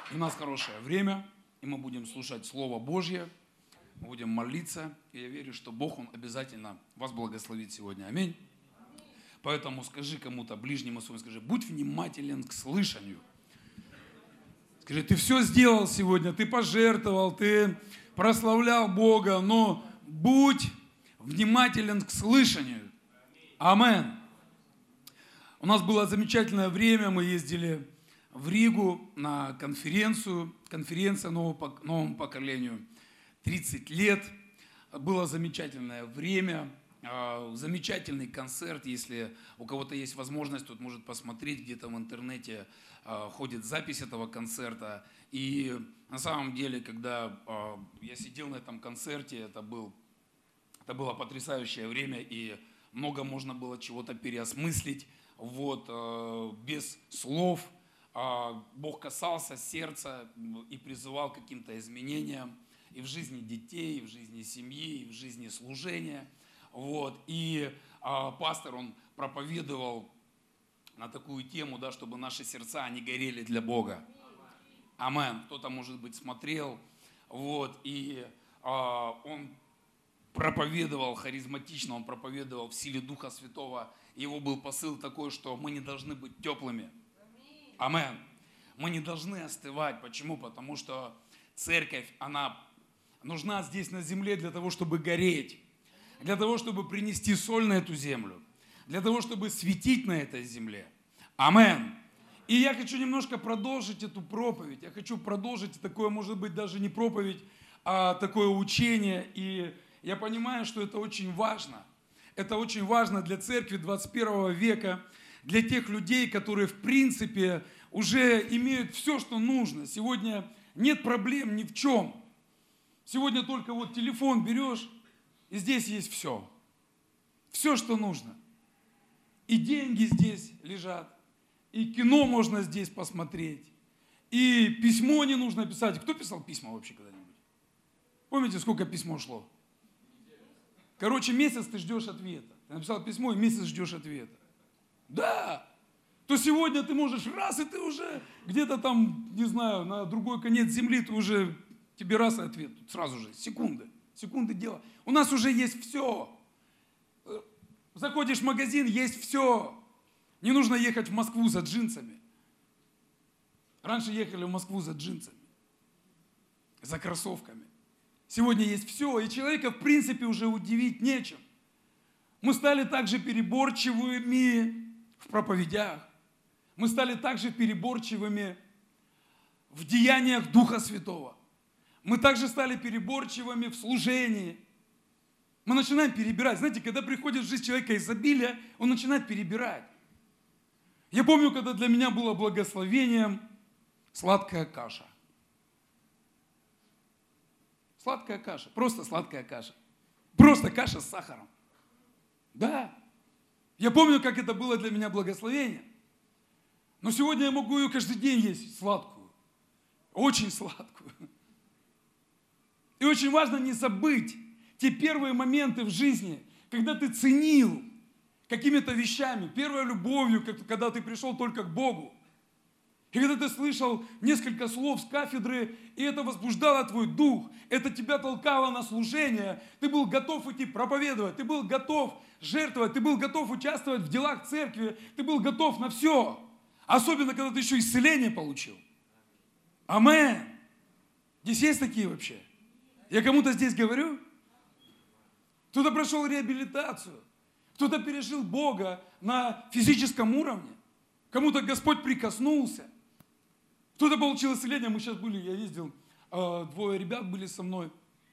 У нас хорошее время, и мы будем слушать Слово Божье, мы будем молиться, и я верю, что Бог, Он обязательно вас благословит сегодня. Аминь. Поэтому скажи кому-то, ближнему своему, скажи, будь внимателен к слышанию. Скажи, ты все сделал сегодня, ты пожертвовал, ты прославлял Бога, но будь внимателен к слышанию. Аминь. У нас было замечательное время, мы ездили в Ригу на конференция новому поколению. 30 лет. Было замечательное время, замечательный концерт. Если у кого-то есть возможность, тот может посмотреть, где-то в интернете ходит запись этого концерта. И на самом деле, когда я сидел на этом концерте, это было потрясающее время, и много можно было чего-то переосмыслить. Без слов. Бог касался сердца и призывал к каким-то изменениям и в жизни детей, и в жизни семьи, и в жизни служения. И пастор, он проповедовал на такую тему, да, чтобы наши сердца, они горели для Бога. Аминь. Кто-то, может быть, смотрел. И он проповедовал харизматично, он проповедовал в силе Духа Святого. Его был посыл такой, что мы не должны быть теплыми. Аминь. Мы не должны остывать. Почему? Потому что церковь, она нужна здесь на земле для того, чтобы гореть, для того, чтобы принести соль на эту землю, для того, чтобы светить на этой земле. Аминь. И я хочу немножко продолжить эту проповедь. Я хочу продолжить такое, может быть, даже не проповедь, а такое учение. И я понимаю, что это очень важно. Это очень важно для церкви 21 века, для тех людей, которые, в принципе, уже имеют все, что нужно. Сегодня нет проблем ни в чем. Сегодня только телефон берешь, и здесь есть все. Все, что нужно. И деньги здесь лежат, и кино можно здесь посмотреть, и письмо не нужно писать. Кто писал письма вообще когда-нибудь? Помните, сколько письмо шло? Месяц ты ждешь ответа. Ты написал письмо, и месяц ждешь ответа. Да, то сегодня ты можешь и ты уже где-то там, не знаю, на другой конец земли, тебе и ответ, сразу же, секунды дела. У нас уже есть все. Заходишь в магазин, есть все. Не нужно ехать в Москву за джинсами. Раньше ехали в Москву за джинсами, за кроссовками. Сегодня есть все, и человека, в принципе, уже удивить нечем. Мы стали также переборчивыми в проповедях. Мы стали также переборчивыми в деяниях Духа Святого. Мы также стали переборчивыми в служении. Мы начинаем перебирать. Знаете, когда приходит в жизнь человека изобилие, он начинает перебирать. Я помню, когда для меня было благословением сладкая каша. Сладкая каша, просто сладкая каша. Просто каша с сахаром. Да. Я помню, как это было для меня благословение. Но сегодня я могу ее каждый день есть, сладкую. Очень сладкую. И очень важно не забыть те первые моменты в жизни, когда ты ценил какими-то вещами, первой любовью, когда ты пришел только к Богу. И когда ты слышал несколько слов с кафедры, и это возбуждало твой дух, это тебя толкало на служение, ты был готов идти проповедовать, ты был готов жертвовать, ты был готов участвовать в делах церкви, ты был готов на все. Особенно, когда ты еще исцеление получил. Аминь. Здесь есть такие вообще? Я кому-то здесь говорю? Кто-то прошел реабилитацию, кто-то пережил Бога на физическом уровне, кому-то Господь прикоснулся. Кто-то получил исцеление, мы сейчас были, я ездил, 2 ребят были со мной,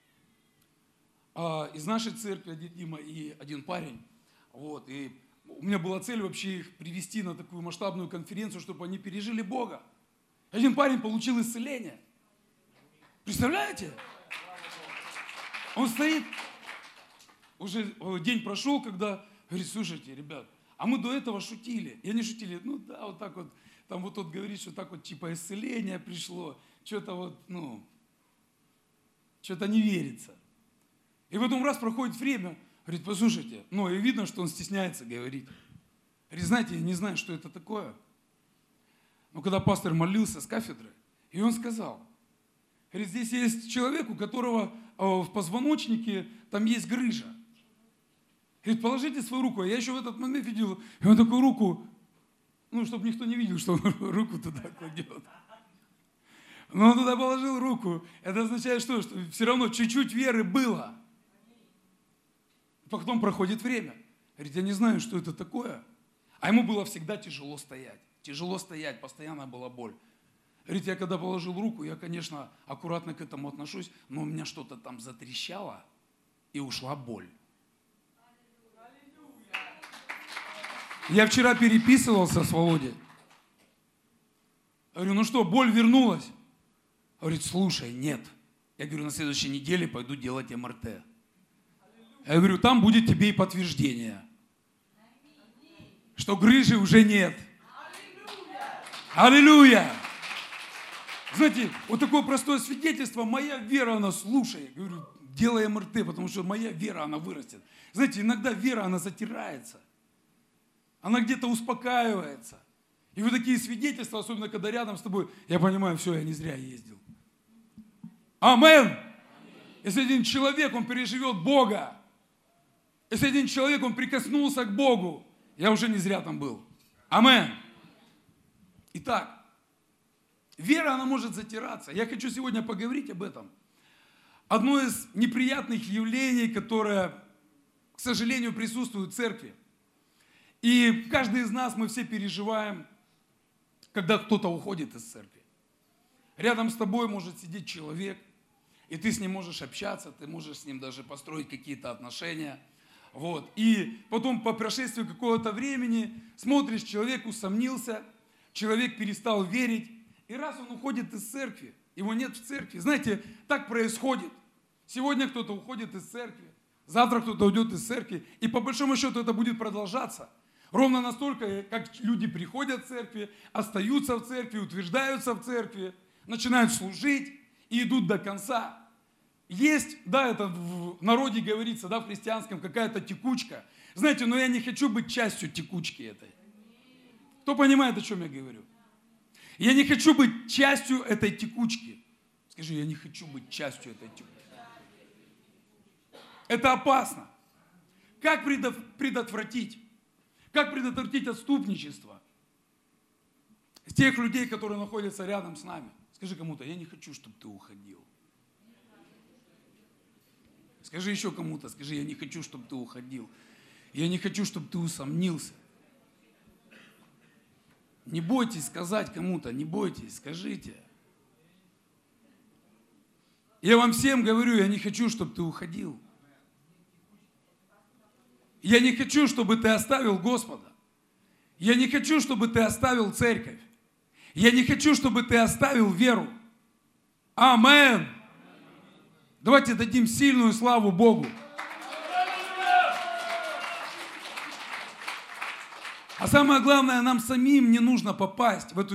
из нашей церкви, один Дима и один парень. И у меня была цель вообще их привести на такую масштабную конференцию, чтобы они пережили Бога. Один парень получил исцеление. Представляете? Он стоит, уже день прошел, когда говорит, слушайте, ребят, а мы до этого шутили. И они шутили, там тот говорит, что так типа исцеление пришло, что-то не верится. И потом раз проходит время, говорит, послушайте, и видно, что он стесняется говорить. Говорит, знаете, я не знаю, что это такое. Но когда пастор молился с кафедры, И он сказал, говорит, здесь есть человек, у которого в позвоночнике там есть грыжа. Говорит, положите свою руку. А я еще в этот момент видел, и он такую руку, чтобы никто не видел, что он руку туда кладет. Но он туда положил руку. Это означает что? Что все равно чуть-чуть веры было. Потом проходит время. Говорит, я не знаю, что это такое. А ему было всегда тяжело стоять. Тяжело стоять, постоянно была боль. Говорит, я когда положил руку, я, конечно, аккуратно к этому отношусь, но у меня что-то там затрещало, и ушла боль. Я вчера переписывался с Володей. Говорю, ну что, боль вернулась? Говорит, слушай, нет. Я говорю, на следующей неделе пойду делать МРТ. Я говорю, там будет тебе и подтверждение, что грыжи уже нет. Аллилуйя! Знаете, вот такое простое свидетельство, моя вера, она слушай. Я говорю, делай МРТ, потому что моя вера, она вырастет. Знаете, иногда вера, она затирается. Она где-то успокаивается. И вот такие свидетельства, особенно когда рядом с тобой, я понимаю, все, я не зря ездил. Амен! Если один человек, он переживет Бога, если один человек, он прикоснулся к Богу, я уже не зря там был. Амен! Итак, вера, она может затираться. Я хочу сегодня поговорить об этом. Одно из неприятных явлений, которое, к сожалению, присутствует в церкви. И каждый из нас, мы все переживаем, когда кто-то уходит из церкви. Рядом с тобой может сидеть человек, и ты с ним можешь общаться, ты можешь с ним даже построить какие-то отношения. Вот. И потом по прошествии какого-то времени смотришь, человек усомнился, человек перестал верить, и раз он уходит из церкви, его нет в церкви. Знаете, так происходит. Сегодня кто-то уходит из церкви, завтра кто-то уйдет из церкви, и по большому счету это будет продолжаться. Ровно настолько, как люди приходят в церкви, остаются в церкви, утверждаются в церкви, начинают служить и идут до конца. Есть, да, это в народе говорится, да, в христианском, какая-то текучка. Знаете, но я не хочу быть частью текучки этой. Кто понимает, о чем я говорю? Я не хочу быть частью этой текучки. Скажи, я не хочу быть частью этой текучки. Это опасно. Как предотвратить? Как предотвратить отступничество тех людей, которые находятся рядом с нами? Скажи кому-то, я не хочу, чтобы ты уходил. Скажи еще кому-то, скажи, я не хочу, чтобы ты уходил. Я не хочу, чтобы ты усомнился. Не бойтесь сказать кому-то, не бойтесь, скажите. Я вам всем говорю, я не хочу, чтобы ты уходил. Я не хочу, чтобы ты оставил Господа. Я не хочу, чтобы ты оставил церковь. Я не хочу, чтобы ты оставил веру. Амен. Давайте дадим сильную славу Богу. А самое главное, нам самим не нужно попасть в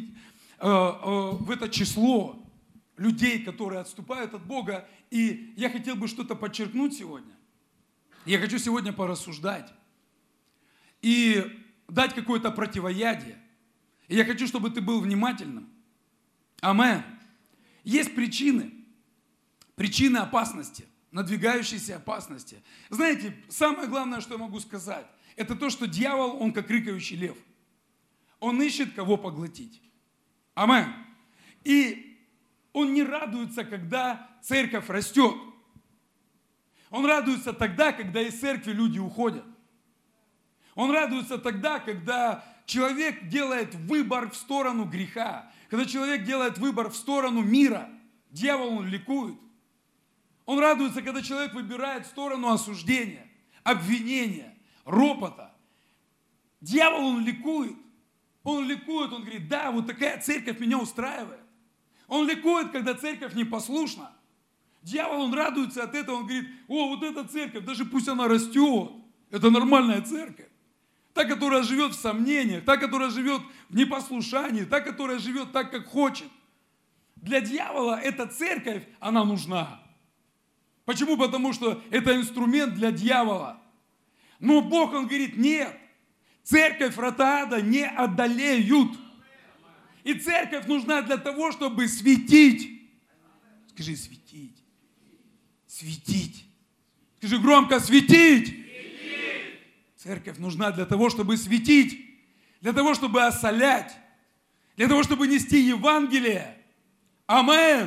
это число людей, которые отступают от Бога. И я хотел бы что-то подчеркнуть сегодня. Я хочу сегодня порассуждать и дать какое-то противоядие. И я хочу, чтобы ты был внимательным. Амен. Есть причины опасности, надвигающейся опасности. Знаете, самое главное, что я могу сказать, это то, что дьявол, он как рыкающий лев. Он ищет, кого поглотить. Амен. И он не радуется, когда церковь растет. Он радуется тогда, когда из церкви люди уходят. Он радуется тогда, когда человек делает выбор в сторону греха. Когда человек делает выбор в сторону мира. Дьявол, он ликует. Он радуется, когда человек выбирает сторону осуждения, обвинения, ропота. Дьявол, он ликует. Он ликует, он говорит, да, вот такая церковь меня устраивает. Он ликует, когда церковь непослушна. Дьявол, он радуется от этого, он говорит, о, вот эта церковь, даже пусть она растет, это нормальная церковь. Та, которая живет в сомнениях, та, которая живет в непослушании, та, которая живет так, как хочет. Для дьявола эта церковь, она нужна. Почему? Потому что это инструмент для дьявола. Но Бог, он говорит, нет, церковь, врата ада не одолеют. И церковь нужна для того, чтобы светить. Скажи, светить. Светить. Скажи громко, светить. Церковь нужна для того, чтобы светить, для того, чтобы осолять, для того, чтобы нести Евангелие. Амин.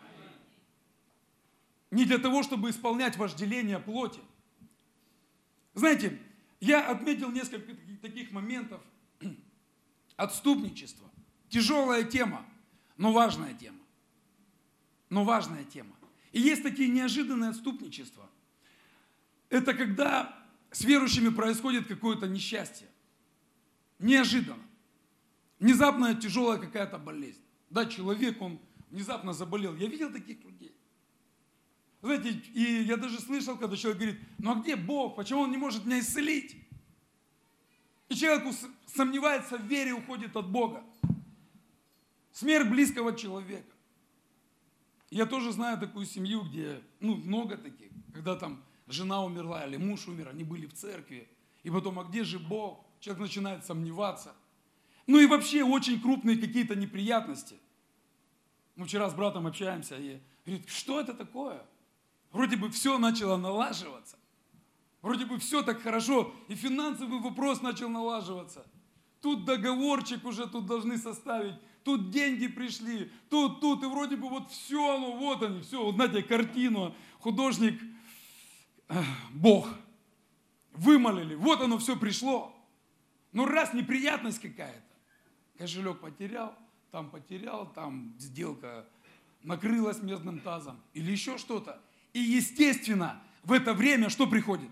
Не для того, чтобы исполнять вожделение плоти. Знаете, я отметил несколько таких моментов. Отступничество. Тяжелая тема, но важная тема. Но важная тема. И есть такие неожиданные отступничества. Это когда с верующими происходит какое-то несчастье. Неожиданно. Внезапно тяжелая какая-то болезнь. Да, человек, он внезапно заболел. Я видел таких людей. Знаете, и я даже слышал, когда человек говорит, ну а где Бог? Почему Он не может меня исцелить? И человек сомневается в вере, уходит от Бога. Смерть близкого человека. Я тоже знаю такую семью, где, много таких, когда там жена умерла или муж умер, они были в церкви. И потом, а где же Бог? Человек начинает сомневаться. Ну и вообще очень крупные какие-то неприятности. Мы вчера с братом общаемся и говорит, что это такое? Вроде бы все начало налаживаться. Вроде бы все так хорошо. И финансовый вопрос начал налаживаться. Тут договорчик уже тут должны составить. Тут деньги пришли. Тут. И вроде бы вот все, вот они, все. Вот знаете, картину. Художник, Бог. Вымолили. Вот оно все пришло. Но раз неприятность какая-то. Кошелек потерял, там сделка накрылась медным тазом. Или еще что-то. И естественно, в это время что приходит?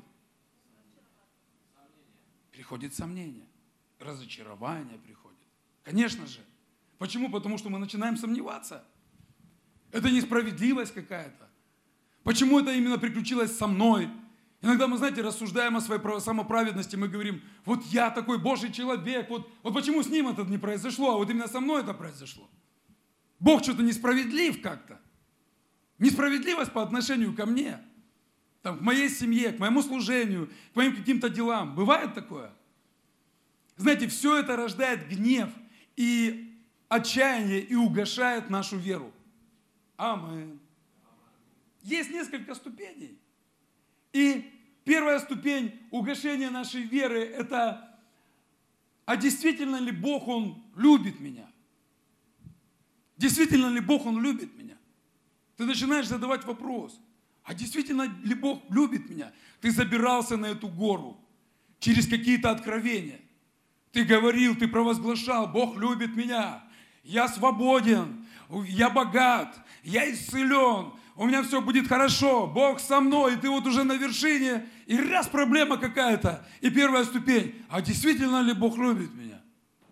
Приходит сомнение. Разочарование приходит. Конечно же. Почему? Потому что мы начинаем сомневаться. Это несправедливость какая-то. Почему это именно приключилось со мной? Иногда мы, знаете, рассуждаем о своей самоправедности, мы говорим, вот я такой Божий человек, вот почему с ним это не произошло, а вот именно со мной это произошло. Бог что-то несправедлив как-то. Несправедливость по отношению ко мне, там, к моей семье, к моему служению, к моим каким-то делам. Бывает такое? Знаете, все это рождает гнев и отчаяние и угошает нашу веру. Аминь. Есть несколько ступеней. И первая ступень угошения нашей веры – это, а действительно ли Бог, Он любит меня? Действительно ли Бог, Он любит меня? Ты начинаешь задавать вопрос, а действительно ли Бог любит меня? Ты забирался на эту гору через какие-то откровения. Ты говорил, ты провозглашал, Бог любит меня, я свободен, я богат, я исцелен, у меня все будет хорошо, Бог со мной, и ты вот уже на вершине, и раз проблема какая-то, и первая ступень, а действительно ли Бог любит меня?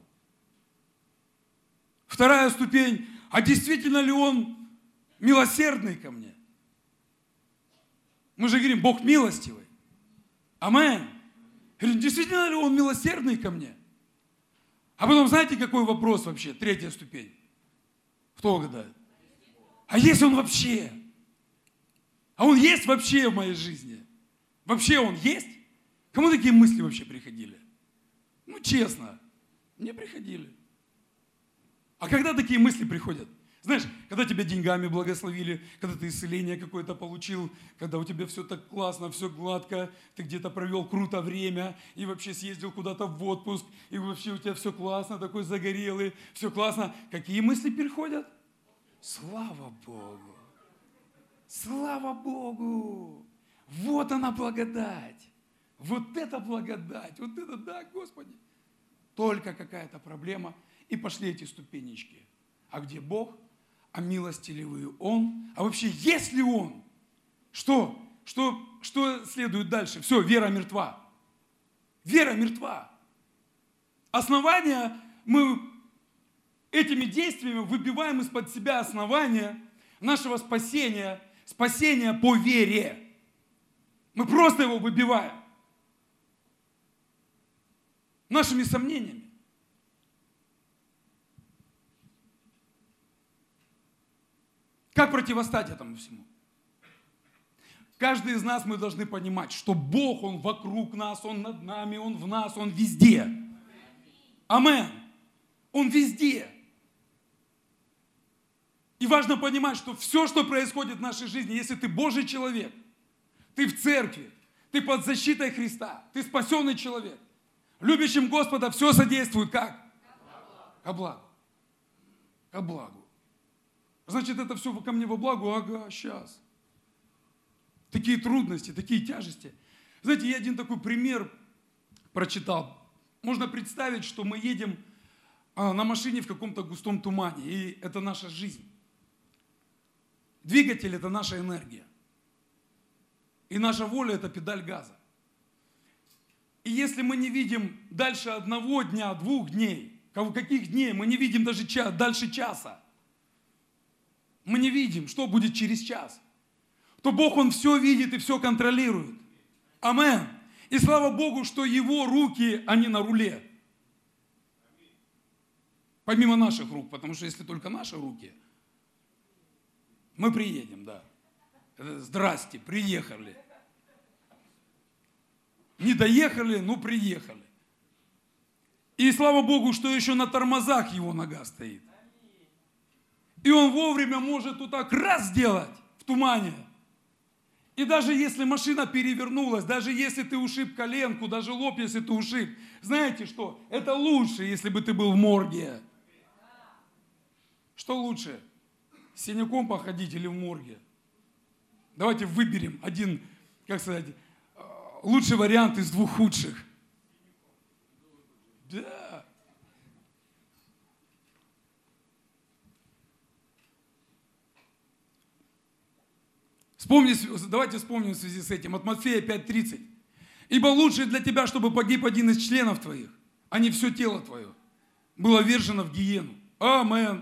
Вторая ступень, а действительно ли Он милосердный ко мне? Мы же говорим, Бог милостивый. Аминь. Действительно ли Он милосердный ко мне? А потом, знаете, какой вопрос вообще? Третья ступень. Кто угадает? А есть Он вообще? А Он есть вообще в моей жизни? Вообще Он есть? Кому такие мысли вообще приходили? Ну, честно, мне приходили. А когда такие мысли приходят? Знаешь, когда тебя деньгами благословили, когда ты исцеление какое-то получил, когда у тебя все так классно, все гладко, ты где-то провел круто время и вообще съездил куда-то в отпуск, и вообще у тебя все классно, такой загорелый, все классно. Какие мысли приходят? Слава Богу! Слава Богу! Вот она благодать! Вот это благодать! Вот это да, Господи! Только какая-то проблема, и пошли эти ступенечки. А где Бог? А милостивый Он? А вообще, есть ли Он? Что? Что следует дальше? Все, вера мертва. Вера мертва. Основания мы этими действиями выбиваем из-под себя основания нашего спасения, спасения по вере. Мы просто его выбиваем. Нашими сомнениями. Как противостать этому всему? Каждый из нас мы должны понимать, что Бог, Он вокруг нас, Он над нами, Он в нас, Он везде. Аминь. Он везде. И важно понимать, что все, что происходит в нашей жизни, если ты Божий человек, ты в церкви, ты под защитой Христа, ты спасенный человек, любящим Господа все содействует как? Ко благу. Ко благу. Значит, это все ко мне во благо? Ага, сейчас. Такие трудности, такие тяжести. Знаете, я один такой пример прочитал. Можно представить, что мы едем на машине в каком-то густом тумане, и это наша жизнь. Двигатель – это наша энергия. И наша воля – это педаль газа. И если мы не видим дальше 1 дня, 2 дней, каких дней, мы не видим даже дальше часа, мы не видим, что будет через час, то Бог, Он все видит и все контролирует. Амен. И слава Богу, что Его руки, они на руле. Помимо наших рук, потому что если только наши руки, мы приедем, да. Здрасте, приехали. Не доехали, но приехали. И слава Богу, что еще на тормозах Его нога стоит. И Он вовремя может вот так раз сделать в тумане. И даже если машина перевернулась, даже если ты ушиб коленку, даже лоб, если ты ушиб, знаете что? Это лучше, если бы ты был в морге. Что лучше? С синяком походить или в морге? Давайте выберем один, как сказать, лучший вариант из 2 худших. Да. Давайте вспомним в связи с этим. От Матфея 5:30. Ибо лучше для тебя, чтобы погиб один из членов твоих, а не все тело твое, было вержено в гиену. Амен.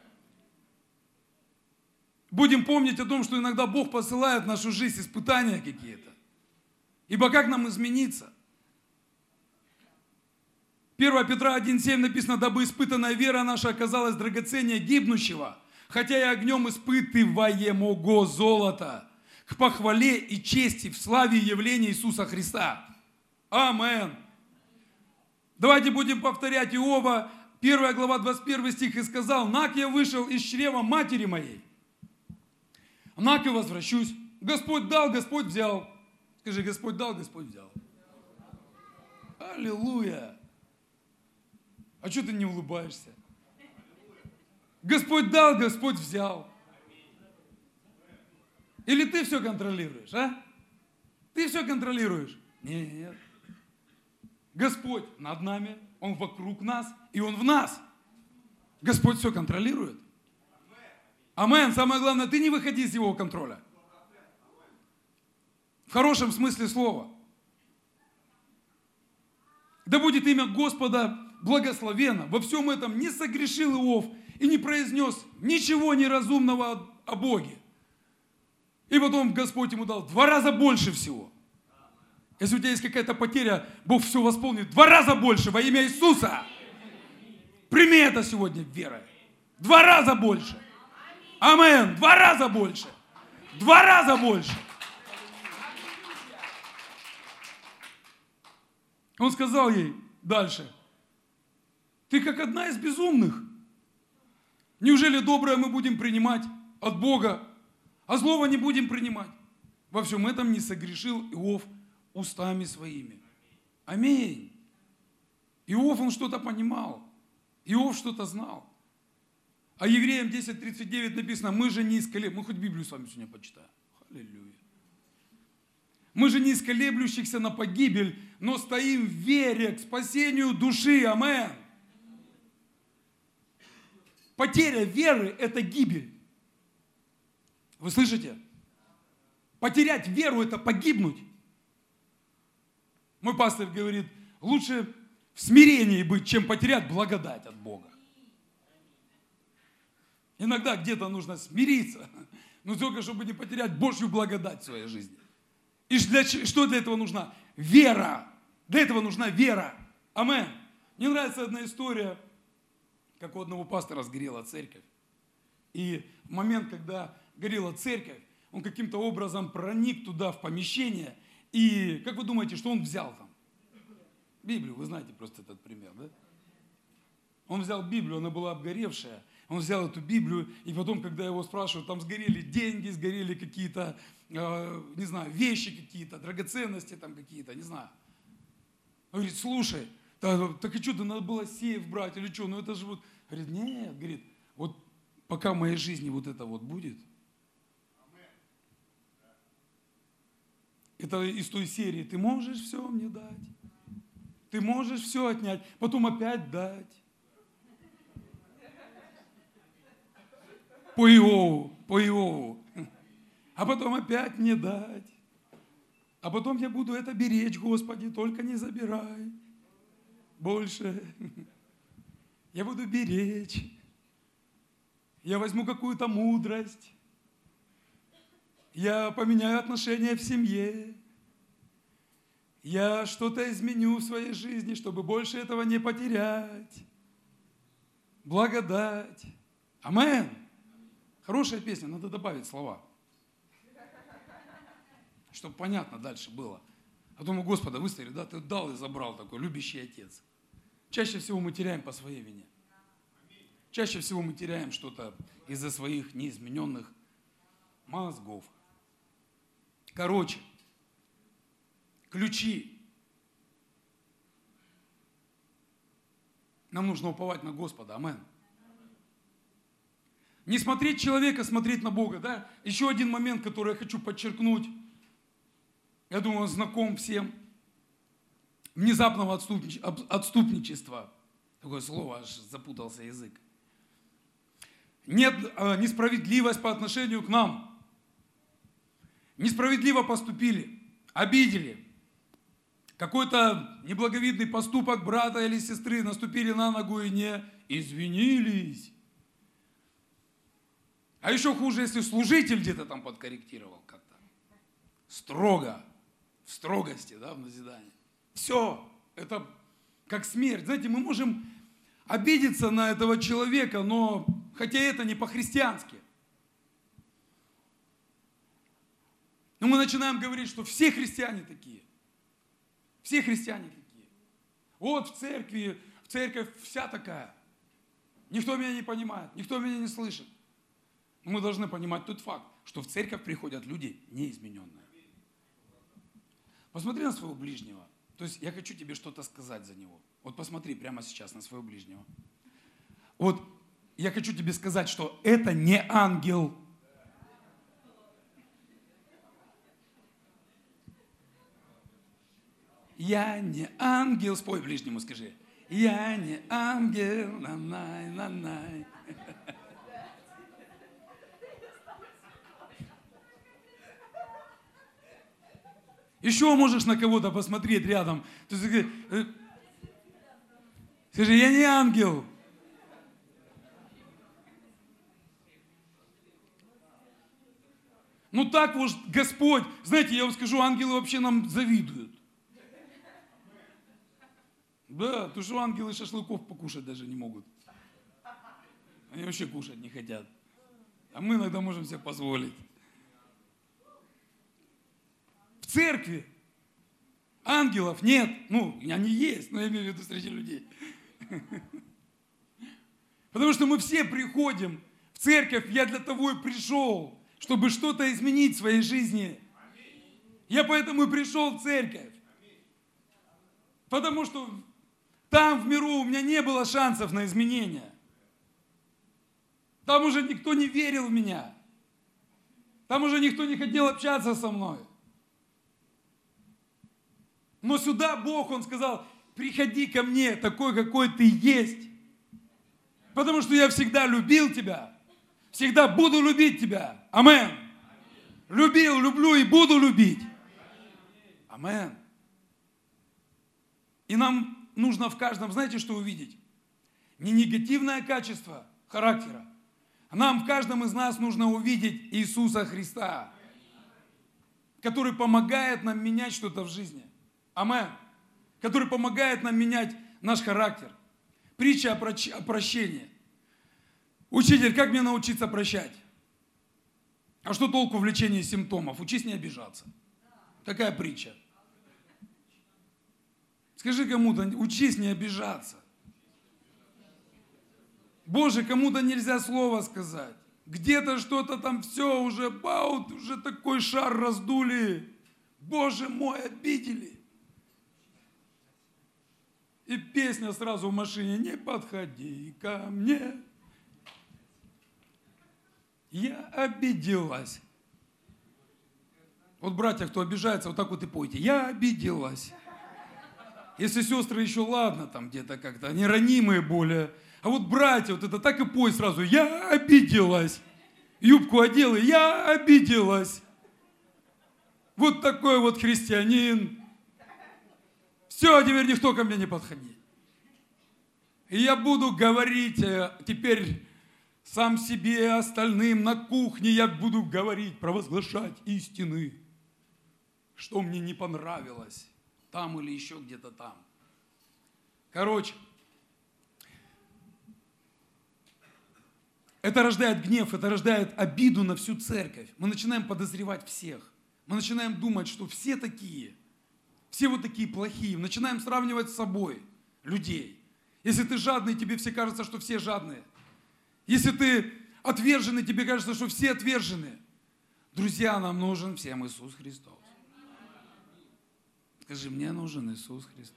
Будем помнить о том, что иногда Бог посылает в нашу жизнь испытания какие-то. Ибо как нам измениться? 1 Петра 1:7 написано: дабы испытанная вера наша оказалась драгоценнее гибнущего, хотя и огнем испытываемого золота, к похвале и чести в славе явления Иисуса Христа. Амен. Давайте будем повторять Иова, 1 глава, 21 стих, и сказал: «Нак я вышел из чрева матери моей, нак и возвращусь. Господь дал, Господь взял». Скажи: Господь дал, Господь взял. Аллилуйя. А что ты не улыбаешься? Господь дал, Господь взял. Или ты все контролируешь, а? Ты все контролируешь? Нет. Господь над нами, Он вокруг нас, и Он в нас. Господь все контролирует. Амен. Самое главное, ты не выходи из Его контроля. В хорошем смысле слова. Да будет имя Господа благословенно. Во всем этом не согрешил Иов и не произнес ничего неразумного о Боге. И потом Господь ему дал 2 раза больше всего. Если у тебя есть какая-то потеря, Бог все восполнит 2 раза больше во имя Иисуса. Прими это сегодня верой. 2 раза больше. Амен. 2 раза больше. 2 раза больше. Он сказал ей дальше: ты как одна из безумных. Неужели доброе мы будем принимать от Бога, а злого не будем принимать? Во всем этом не согрешил Иов устами своими. Аминь. Иов, он что-то понимал. Иов что-то знал. А Евреям 10:39 написано: мы же не исколеблющихся. Мы хоть Библию с вами сегодня почитаем. Аллилуйя. Мы же не исколеблющихся на погибель, но стоим в вере к спасению души. Амен. Потеря веры – это гибель. Вы слышите? Потерять веру – это погибнуть. Мой пастор говорит: лучше в смирении быть, чем потерять благодать от Бога. Иногда где-то нужно смириться, но только чтобы не потерять Божью благодать в своей жизни. И что для этого нужна? Вера. Для этого нужна вера. Амен. Мне нравится одна история, как у одного пастора сгорела церковь. И в момент, когда горела церковь, он каким-то образом проник туда, в помещение. И как вы думаете, что он взял там? Библию. Вы знаете просто этот пример, да? Он взял Библию, она была обгоревшая. Он взял эту Библию, и потом, когда его спрашивают, там сгорели деньги, сгорели какие-то, не знаю, вещи какие-то, драгоценности там какие-то, не знаю. Он говорит, слушай, так и что-то надо было сейф брать или что, ну это же вот. Говорит, нет, говорит, вот пока в моей жизни вот это вот будет. Это из той серии, ты можешь все мне дать, ты можешь все отнять, потом опять дать. По Иову. А потом опять мне дать. А потом я буду это беречь, Господи, только не забирай. Больше. Я буду беречь. Я возьму какую-то мудрость. Я поменяю отношения в семье. Я что-то изменю в своей жизни, чтобы больше этого не потерять. Благодать. Амен. Хорошая песня, надо добавить слова. Чтобы понятно дальше было. А думаю, Господа, выставили, да, ты дал и забрал, такой любящий отец. Чаще всего мы теряем по своей вине. Чаще всего мы теряем что-то из-за своих неизмененных мозгов. Короче, ключи. Нам нужно уповать на Господа. Амен. Не смотреть человека, смотреть на Бога. Да? Еще один момент, который я хочу подчеркнуть. Я думаю, он знаком всем. Внезапного отступничества. Такое слово, аж запутался язык. Нет, несправедливость по отношению к нам. Несправедливо поступили, обидели. Какой-то неблаговидный поступок брата или сестры, наступили на ногу и не извинились. А еще хуже, если служитель где-то там подкорректировал как-то. Строго, в строгости, да, в назидании. Все, это как смерть. Знаете, мы можем обидеться на этого человека, но хотя это не по-христиански. Но мы начинаем говорить, что все христиане такие. Все христиане такие. Вот в церковь вся такая. Никто меня не понимает, никто меня не слышит. Но мы должны понимать тот факт, что в церковь приходят люди неизмененные. Посмотри на своего ближнего. То есть я хочу тебе что-то сказать за него. Вот посмотри прямо сейчас на своего ближнего. Вот я хочу тебе сказать, что это не ангел. Я не ангел. Спой ближнему, скажи. Я не ангел. На-най, на-най. Еще можешь на кого-то посмотреть рядом. Скажи, я не ангел. Ну так вот Господь, знаете, я вам скажу, ангелы вообще нам завидуют. Да, потому что ангелы шашлыков покушать даже не могут. Они вообще кушать не хотят. А мы иногда можем себе позволить. В церкви ангелов нет. Ну, они есть, но я имею в виду среди людей. Потому что мы все приходим в церковь, я для того и пришел, чтобы что-то изменить в своей жизни. Я поэтому и пришел в церковь. Потому что там в миру у меня не было шансов на изменения. Там уже никто не верил в меня. Там уже никто не хотел общаться со мной. Но сюда Бог, Он сказал, приходи ко мне такой, какой ты есть. Потому что я всегда любил тебя. Всегда буду любить тебя. Амен. Любил, люблю и буду любить. Амен. И нам нужно в каждом, знаете, что увидеть? Не негативное качество характера. Нам в каждом из нас нужно увидеть Иисуса Христа, который помогает нам менять что-то в жизни. Амен. Который помогает нам менять наш характер. Притча о прощении. Учитель, как мне научиться прощать? А что толку в лечении симптомов? Учись не обижаться. Какая притча? Скажи кому-то, учись не обижаться. Боже, кому-то нельзя слово сказать. Где-то что-то там все уже, баут, уже такой шар раздули. Боже мой, обидели. И песня сразу в машине: не подходи ко мне. Я обиделась. Вот братья, кто обижается, вот так вот и пойте. Я обиделась. Если сестры еще ладно, там где-то как-то, они ранимые более. А вот братья, вот это так и пой сразу. Я обиделась. Юбку одела, я обиделась. Вот такой вот христианин. Все, теперь никто ко мне не подходит. И я буду говорить теперь сам себе, остальным на кухне, я буду говорить, провозглашать истины, что мне не понравилось, там или еще где-то там. Короче, это рождает гнев, это рождает обиду на всю церковь. Мы начинаем подозревать всех. Мы начинаем думать, что все такие, все вот такие плохие. Мы начинаем сравнивать с собой людей. Если ты жадный, тебе все кажется, что все жадные. Если ты отверженный, тебе кажется, что все отвержены. Друзья, нам нужен всем Иисус Христос. Скажи, мне нужен Иисус Христос.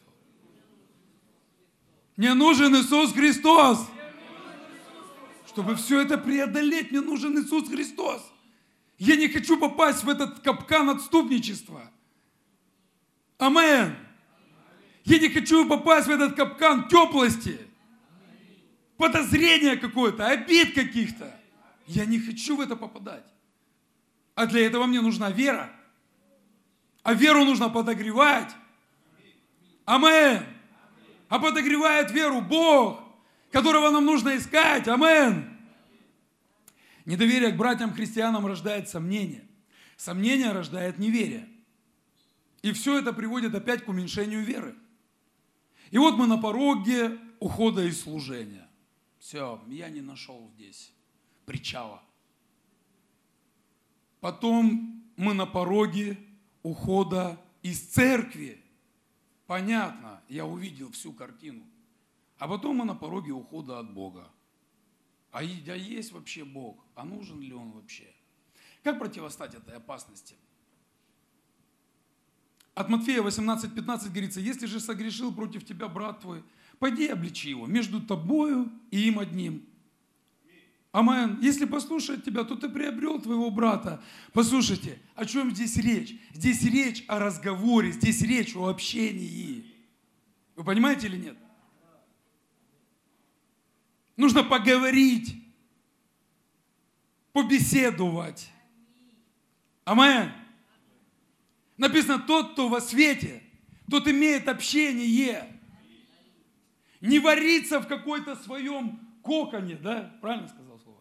Мне нужен Иисус Христос. Чтобы все это преодолеть, мне нужен Иисус Христос. Я не хочу попасть в этот капкан отступничества. Амен. Я не хочу попасть в этот капкан теплости, подозрения какое-то, обид каких-то. Я не хочу в это попадать. А для этого мне нужна вера. А веру нужно подогревать. Амен. А подогревает веру Бог, которого нам нужно искать. Амен. Недоверие к братьям-христианам рождает сомнение. Сомнение рождает неверие. И все это приводит опять к уменьшению веры. И вот мы на пороге ухода из служения. Все, я не нашел здесь причала. Потом мы на пороге ухода из церкви. Понятно, я увидел всю картину. А потом мы на пороге ухода от Бога. А есть вообще Бог? А нужен ли Он вообще? Как противостать этой опасности? От Матфея 18:15 говорится: если же согрешил против тебя брат твой, пойди обличи его между тобою и им одним. Амен. Если послушает тебя, то ты приобрел твоего брата. Послушайте, о чем здесь речь? Здесь речь о разговоре, здесь речь о общении. Вы понимаете или нет? Нужно поговорить, побеседовать. Амен. Написано: тот, кто во свете, тот имеет общение. Не вариться в какой-то своем коконе, да? Правильно сказал слово?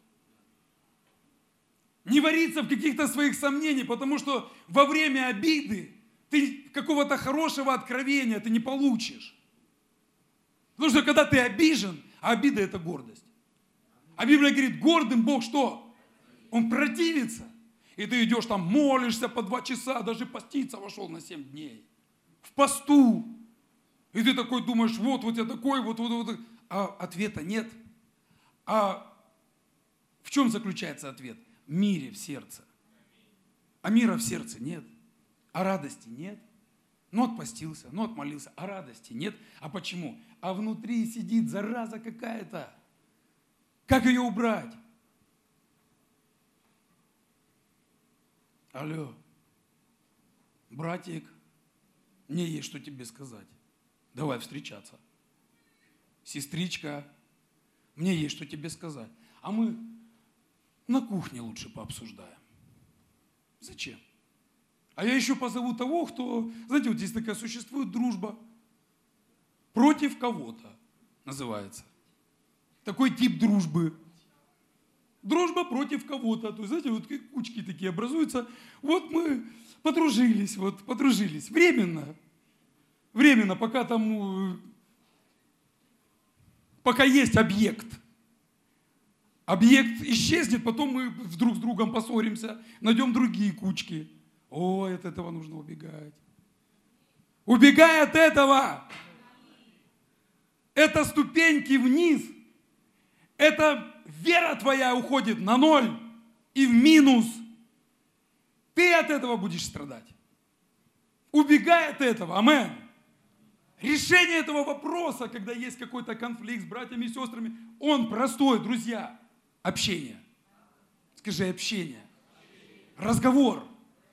Не вариться в каких-то своих сомнениях, потому что во время обиды ты какого-то хорошего откровения ты не получишь. Потому что когда ты обижен, а обида – это гордость. А Библия говорит: гордым Бог что? Он противится. И ты идешь там, молишься по 2 часа, даже поститься вошел на 7 дней. В посту. И ты такой думаешь: вот я такой, вот. А ответа нет. А в чем заключается ответ? В мире в сердце. А мира в сердце нет. А радости нет. Ну, отпостился, ну, отмолился, а радости нет. А почему? А внутри сидит зараза какая-то. Как ее убрать? Алло, братик, мне есть что тебе сказать. Давай встречаться. Сестричка, мне есть что тебе сказать. А мы на кухне лучше пообсуждаем. Зачем? А я еще позову того, кто, знаете, вот здесь такая существует дружба. Против кого-то называется. Такой тип дружбы. Дружба против кого-то. То есть, знаете, вот кучки такие образуются. Вот мы подружились. Временно. Временно, пока есть объект. Объект исчезнет, потом мы друг с другом поссоримся, найдем другие кучки. Ой, от этого нужно убегать. Убегай от этого. Это ступеньки вниз. эта вера твоя уходит на ноль и в минус. Ты от этого будешь страдать. Убегай от этого. Амен. Решение этого вопроса, когда есть какой-то конфликт с братьями и сестрами, он простой, друзья. Общение. Скажи, общение. Разговор.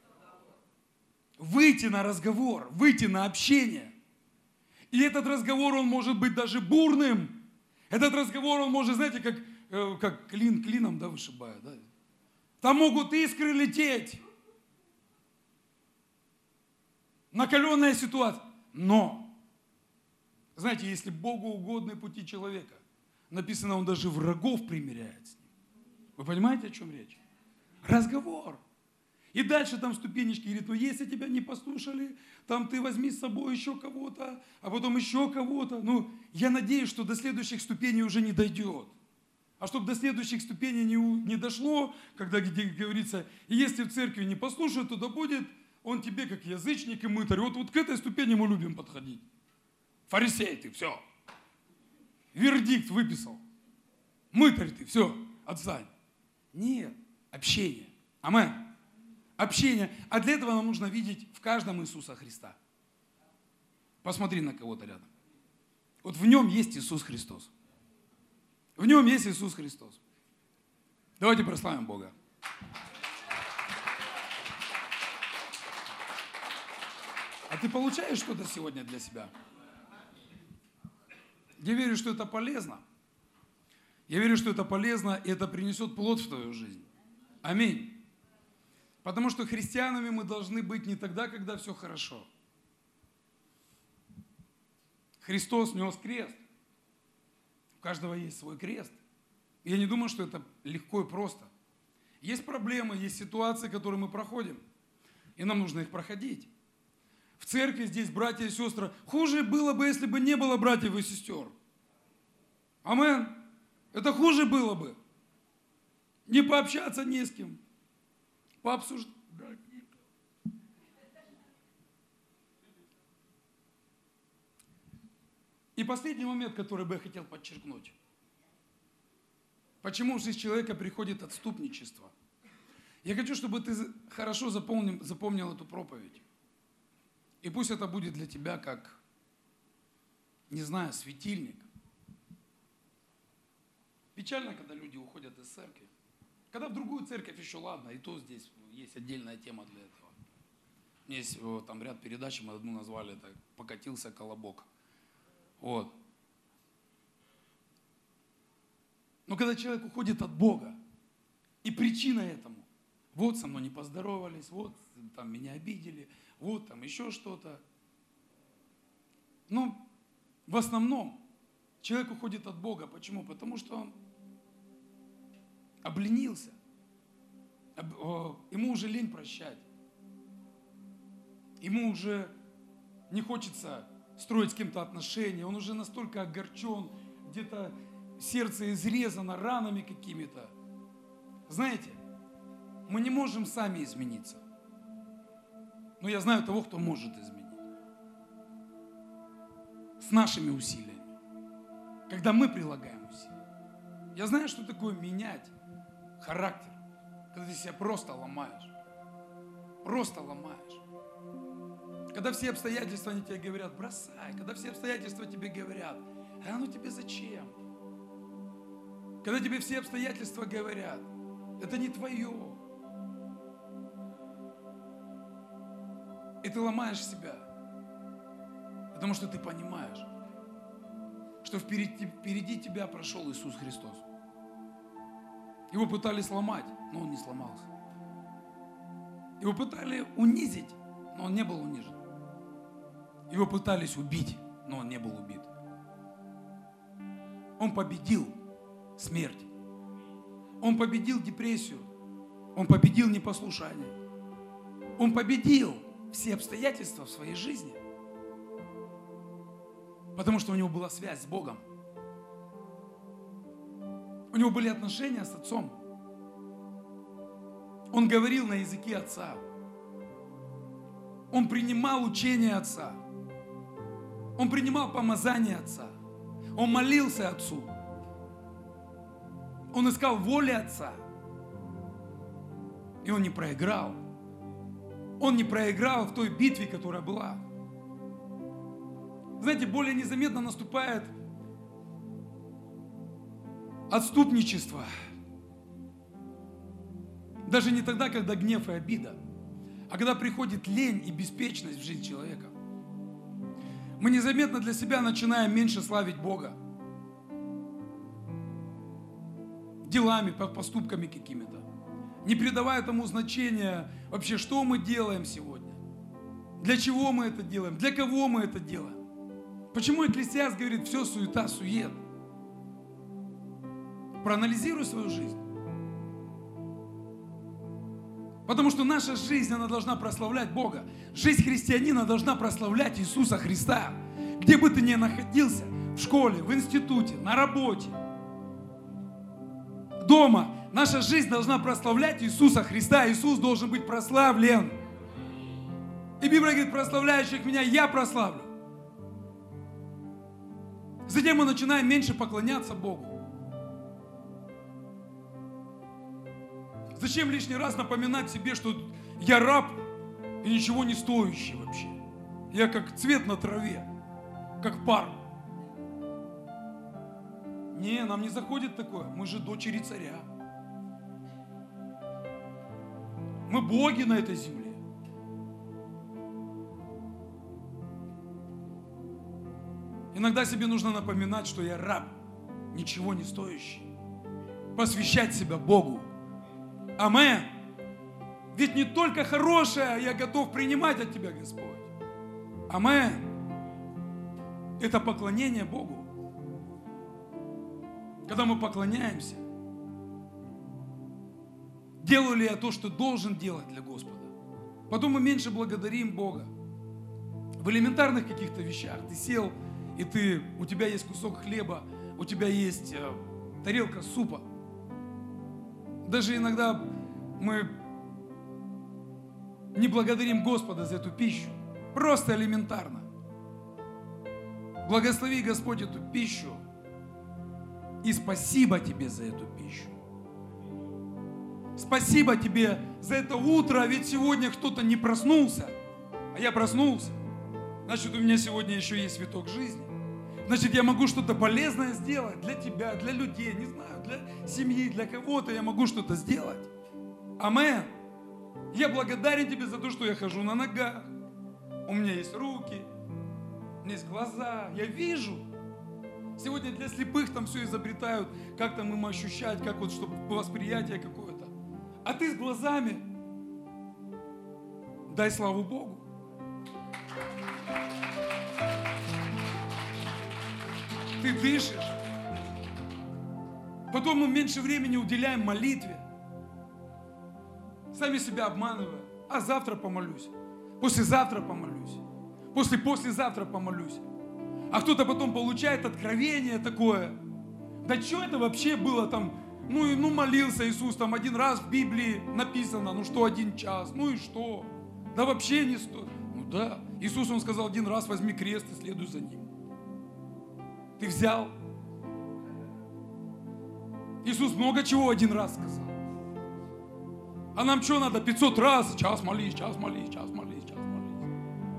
Выйти на разговор, выйти на общение. И этот разговор, он может быть даже бурным. Этот разговор, он может, знаете, как клин клином, да, вышибает. Да? Там могут искры лететь. Накаленная ситуация. Но, знаете, если Богу угодны пути человека, написано, он даже врагов примиряет с ним. Вы понимаете, о чем речь? Разговор. И дальше там ступенечки, говорит, ну если тебя не послушали, там ты возьми с собой еще кого-то, а потом еще кого-то. Ну, я надеюсь, что до следующих ступеней уже не дойдет. А чтобы до следующих ступеней не дошло, когда говорится, и если в церкви не послушают, то да будет он тебе как язычник и мытарь. Вот к этой ступени мы любим подходить. Фарисей ты, все. Вердикт выписал. Мытарь ты, все, отстань. Нет, общение. Амен. Общение. А для этого нам нужно видеть в каждом Иисуса Христа. Посмотри на кого-то рядом. Вот в нем есть Иисус Христос. В нем есть Иисус Христос. Давайте прославим Бога. А ты получаешь что-то сегодня для себя? Я верю, что это полезно. Я верю, что это полезно, и это принесет плод в твою жизнь. Аминь. Потому что христианами мы должны быть не тогда, когда все хорошо. Христос нес крест. У каждого есть свой крест. Я не думаю, что это легко и просто. Есть проблемы, есть ситуации, которые мы проходим. И нам нужно их проходить. В церкви здесь братья и сестры. Хуже было бы, если бы не было братьев и сестер. Амен. Это хуже было бы. Не пообщаться не с кем. Пообсуждать некого. И последний момент, который бы я хотел подчеркнуть. Почему в жизнь человека приходит отступничество? Я хочу, чтобы ты хорошо запомнил эту проповедь. И пусть это будет для тебя как, не знаю, светильник. Печально, когда люди уходят из церкви. Когда в другую церковь еще ладно, и то здесь есть отдельная тема для этого. Есть там ряд передач, мы одну назвали это «Покатился колобок». Вот. Но когда человек уходит от Бога, и причина этому, вот со мной не поздоровались, вот там меня обидели, вот там еще что-то. Но в основном человек уходит от Бога. Почему? Потому что он обленился. Ему уже лень прощать. Ему уже не хочется строить с кем-то отношения. Он уже настолько огорчен, где-то сердце изрезано ранами какими-то. Знаете, мы не можем сами измениться. Но я знаю того, кто может изменить. С нашими усилиями. Когда мы прилагаем усилия. Я знаю, что такое менять характер. Когда ты себя просто ломаешь. Просто ломаешь. Когда все обстоятельства, они тебе говорят, бросай. Когда все обстоятельства тебе говорят, а оно тебе зачем? Когда тебе все обстоятельства говорят, это не твое. И ты ломаешь себя. Потому что ты понимаешь, что впереди тебя прошел Иисус Христос. Его пытались сломать, но он не сломался. Его пытались унизить, но он не был унижен. Его пытались убить, но он не был убит. Он победил смерть. Он победил депрессию. Он победил непослушание. Он победил все обстоятельства в своей жизни. Потому что у него была связь с Богом. У него были отношения с Отцом. Он говорил на языке Отца. Он принимал учение Отца. Он принимал помазание Отца. Он молился Отцу. Он искал воли Отца. И он не проиграл. Он не проиграл в той битве, которая была. Знаете, более незаметно наступает отступничество. Даже не тогда, когда гнев и обида, а когда приходит лень и беспечность в жизнь человека. Мы незаметно для себя начинаем меньше славить Бога. Делами, поступками какими-то. Не придавая тому значения вообще, что мы делаем сегодня. Для чего мы это делаем, для кого мы это делаем. Почему Экклесиаст говорит, все суета, сует. Проанализируй свою жизнь. Потому что наша жизнь, она должна прославлять Бога. Жизнь христианина должна прославлять Иисуса Христа. Где бы ты ни находился, в школе, в институте, на работе, дома, наша жизнь должна прославлять Иисуса Христа. Иисус должен быть прославлен. И Библия говорит, прославляющих меня я прославлю. Затем мы начинаем меньше поклоняться Богу. Зачем лишний раз напоминать себе, что я раб и ничего не стоящий вообще? Я как цвет на траве, как пар. Не, нам не заходит такое. Мы же дочери царя. Мы боги на этой земле. Иногда себе нужно напоминать, что я раб, ничего не стоящий. Посвящать себя Богу. Аминь. Ведь не только хорошее я готов принимать от Тебя, Господь. Аминь. Это поклонение Богу. Когда мы поклоняемся, делаю ли я то, что должен делать для Господа? Потом мы меньше благодарим Бога. В элементарных каких-то вещах. Ты сел, и у тебя есть кусок хлеба, у тебя есть тарелка супа. Даже иногда мы не благодарим Господа за эту пищу. Просто элементарно. Благослови, Господь, эту пищу. И спасибо Тебе за эту пищу. Спасибо Тебе за это утро, ведь сегодня кто-то не проснулся, а я проснулся. Значит, у меня сегодня еще есть виток жизни. Значит, я могу что-то полезное сделать для тебя, для людей, не знаю, для семьи, для кого-то я могу что-то сделать. Аминь. Я благодарен Тебе за то, что я хожу на ногах. У меня есть руки, у меня есть глаза, я вижу. Сегодня для слепых там все изобретают, как там им ощущать, как вот, чтобы восприятие какое-то. А ты с глазами дай славу Богу. Ты дышишь. Потом мы меньше времени уделяем молитве. Сами себя обманывая. А завтра помолюсь. Послезавтра помолюсь. Послезавтра помолюсь. А кто-то потом получает откровение такое. Да что это вообще было там? Ну молился Иисус там один раз в Библии написано. Ну что 1 час? Ну и что? Да вообще не стоит. Ну да. Иисус, Он сказал 1 раз возьми крест и следуй за Ним. Ты взял? Иисус много чего 1 раз сказал. А нам что надо? 500 раз? Час молись, час молись, час молись, час молись.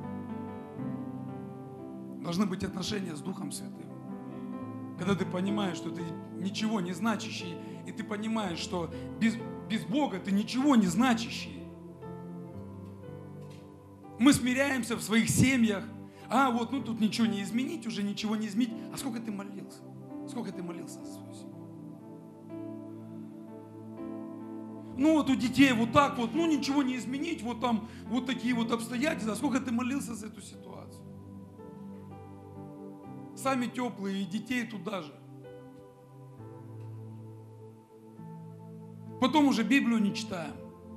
Должны быть отношения с Духом Святым. Когда ты понимаешь, что ты ничего не значащий, и ты понимаешь, что без Бога ты ничего не значащий. Мы смиряемся в своих семьях. Тут ничего не изменить, уже ничего не изменить. А сколько ты молился? Сколько ты молился за свою семью? У детей вот так вот, ничего не изменить, вот там вот такие вот обстоятельства. А сколько ты молился за эту ситуацию? Сами теплые, и детей туда же. Потом уже Библию не читаем.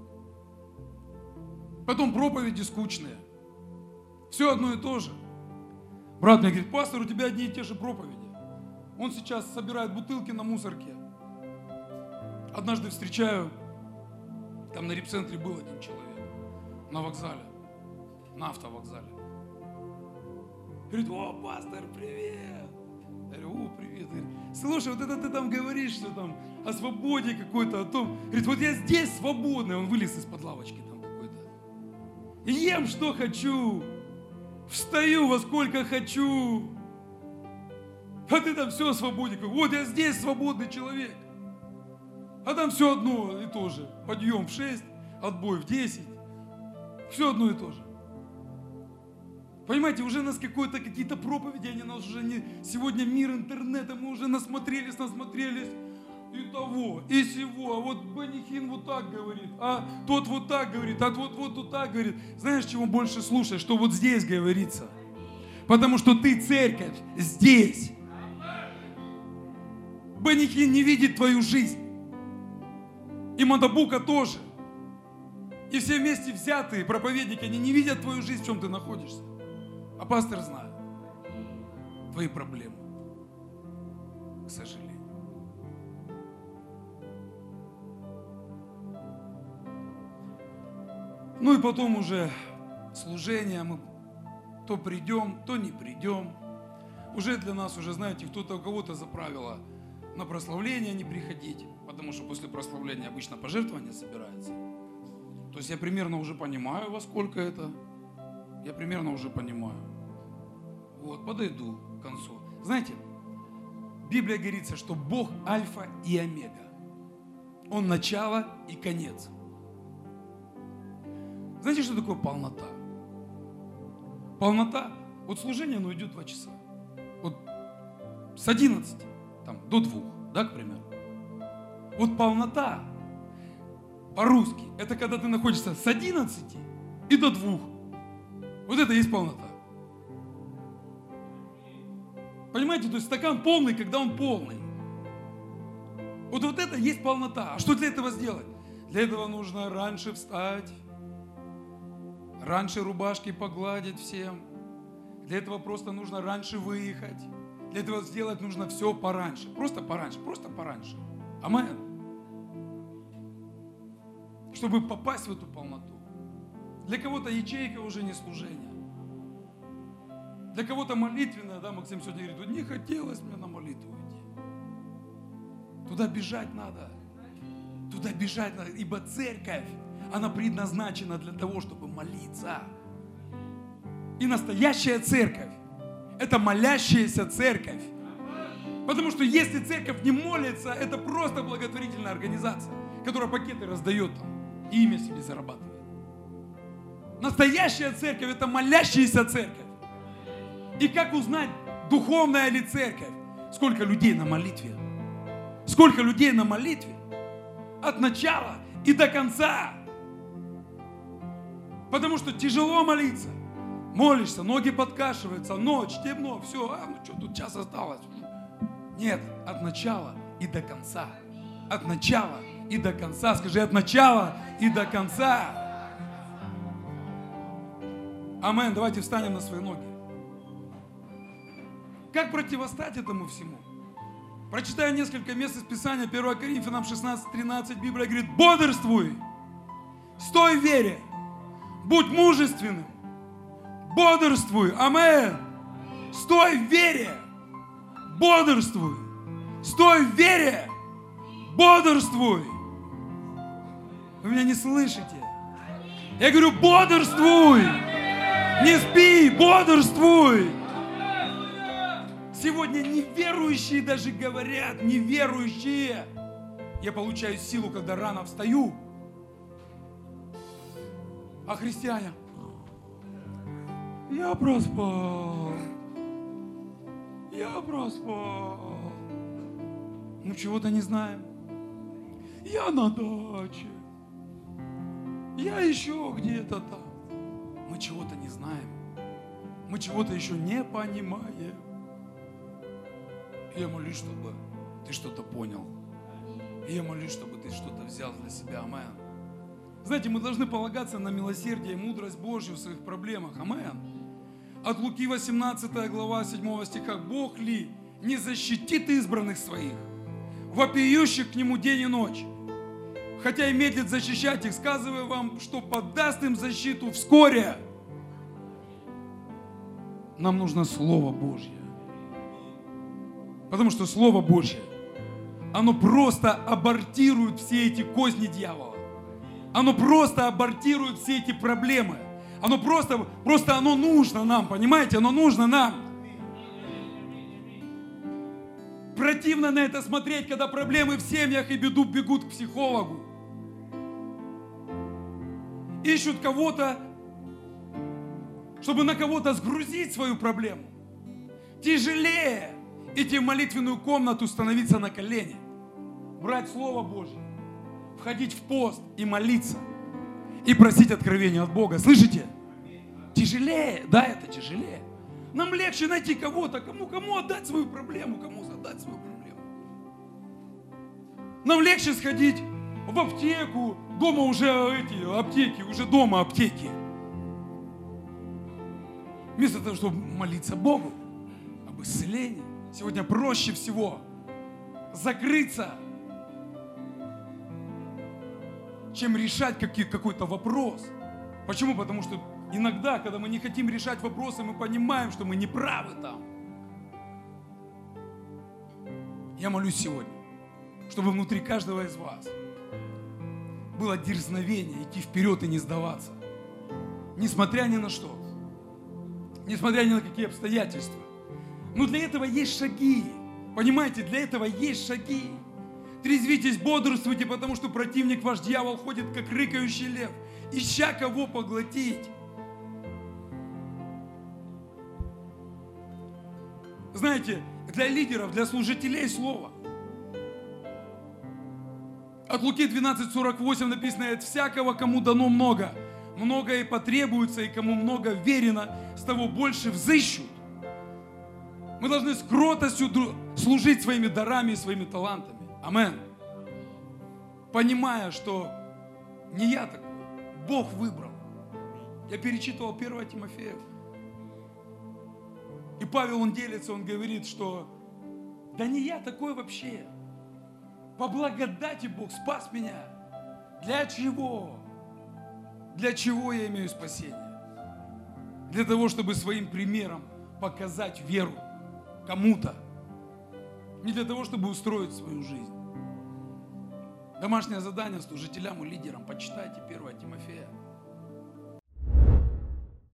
Потом проповеди скучные. Все одно и то же. Брат мне говорит, пастор, у тебя одни и те же проповеди. Он сейчас собирает бутылки на мусорке. Однажды встречаю, там на репцентре был один человек, на вокзале, на автовокзале. Говорит, о, пастор, привет. Я говорю, о, привет. Говорит, слушай, вот это ты там говоришь, что там о свободе какой-то, о том. Говорит, вот я здесь свободный. Он вылез из-под лавочки там какой-то. И ем, что хочу. Встаю во сколько хочу. А ты там все свободен. Вот я здесь свободный человек. А там все одно и то же. Подъем в 6, отбой в 10. Все одно и то же. Понимаете, уже нас какие-то проповеди, они нас уже не... Сегодня мир интернета, мы уже насмотрелись. И того, и сего. А вот Бенни Хин вот так говорит, а тот вот так говорит, а тот вот так говорит. Знаешь, чего больше слушаешь? Что вот здесь говорится. Потому что ты церковь здесь. Бенни Хин не видит твою жизнь. И Мадабука тоже. И все вместе взятые проповедники, они не видят твою жизнь, в чем ты находишься. А пастор знает твои проблемы, к сожалению. Ну и потом уже служение, мы то придем, то не придем. Уже для нас, знаете, у кого-то за правило на прославление не приходить, потому что после прославления обычно пожертвование собирается. То есть я примерно уже понимаю, во сколько это. Я примерно уже понимаю. Вот, подойду к концу. Знаете, в Библии говорится, что Бог альфа и омега. Он начало и конец. Знаете, что такое полнота? Полнота, вот служение, оно идет 2 часа. Вот с 11 до 2, да, к примеру. Вот полнота по-русски, это когда ты находишься с 11 и до 2. Вот это и есть полнота. Понимаете, то есть стакан полный, когда он полный. Вот это и есть полнота. А что для этого сделать? Для этого нужно раньше встать, раньше рубашки погладить всем. Для этого просто нужно раньше выехать. Для этого сделать нужно все пораньше. Просто пораньше. Аминь. Чтобы попасть в эту полноту. Для кого-то ячейка уже не служение. Для кого-то молитвенная, да, Максим сегодня говорит, вот не хотелось мне на молитву идти. Туда бежать надо. Ибо церковь, она предназначена для того, чтобы молиться. И настоящая церковь – это молящаяся церковь. Потому что если церковь не молится, это просто благотворительная организация, которая пакеты раздает там и имя себе зарабатывает. Настоящая церковь – это молящаяся церковь. И как узнать, духовная ли церковь? Сколько людей на молитве? Сколько людей на молитве? От начала и до конца. Потому что тяжело молиться. Молишься, ноги подкашиваются, ночь, темно, все, тут час осталось. Нет, от начала и до конца. От начала и до конца. Скажи, от начала и до конца. Аминь. Давайте встанем на свои ноги. Как противостать этому всему? Прочитаю несколько мест из Писания. 1 Коринфянам 16:13. Библия говорит, бодрствуй, стой в вере, будь мужественным, бодрствуй, аминь. Стой в вере, бодрствуй, стой в вере, бодрствуй. Вы меня не слышите? Я говорю, бодрствуй, не спи, бодрствуй. Сегодня неверующие даже говорят, неверующие. Я получаю силу, когда рано встаю. А христиане, я проспал. Мы чего-то не знаем. Я на даче. Я еще где-то там. Мы чего-то не знаем. Мы чего-то еще не понимаем. Я молюсь, чтобы ты что-то понял. Я молюсь, чтобы ты что-то взял для себя. Аминь. Знаете, мы должны полагаться на милосердие и мудрость Божью в своих проблемах. Аминь. От Луки 18 глава 7 стиха. Бог ли не защитит избранных своих, вопиющих к Нему день и ночь? Хотя и медлит защищать их, сказывая вам, что подаст им защиту вскоре. Нам нужно Слово Божье. Потому что Слово Божье оно просто абортирует все эти козни дьявола. Оно просто абортирует все эти проблемы. Оно просто оно нужно нам, понимаете? Оно нужно нам. Противно на это смотреть, когда проблемы в семьях и бегут к психологу. Ищут кого-то, чтобы на кого-то сгрузить свою проблему. Тяжелее идти в молитвенную комнату, становиться на колени, брать Слово Божье, входить в пост и молиться, и просить откровения от Бога. Слышите? Тяжелее, да, это тяжелее. Нам легче найти кого-то, кому отдать свою проблему, кому задать свою проблему. Нам легче сходить в аптеку, дома уже аптеки, уже дома аптеки. Вместо того, чтобы молиться Богу об исцелении. Сегодня проще всего закрыться, чем решать какой-то вопрос. Почему? Потому что иногда, когда мы не хотим решать вопросы, мы понимаем, что мы не правы там. Я молюсь сегодня, чтобы внутри каждого из вас было дерзновение идти вперед и не сдаваться. Несмотря ни на что. Несмотря ни на какие обстоятельства. Но для этого есть шаги. Понимаете, для этого есть шаги. Трезвитесь, бодрствуйте, потому что противник ваш дьявол ходит, как рыкающий лев, ища кого поглотить. Знаете, для лидеров, для служителей слова. От Луки 12:48 написано: от всякого, кому дано много, многое и потребуется, и кому много верено, с того больше взыщут. Мы должны с кротостью служить своими дарами и своими талантами. Амен. Понимая, что не я такой, Бог выбрал. Я перечитывал 1 Тимофея. И Павел, он делится, он говорит, что да не я такой вообще. По благодати Бог спас меня. Для чего? Для чего я имею спасение? Для того, чтобы своим примером показать веру кому-то. Не для того, чтобы устроить свою жизнь. Домашнее задание служителям и лидерам. Почитайте 1 Тимофея.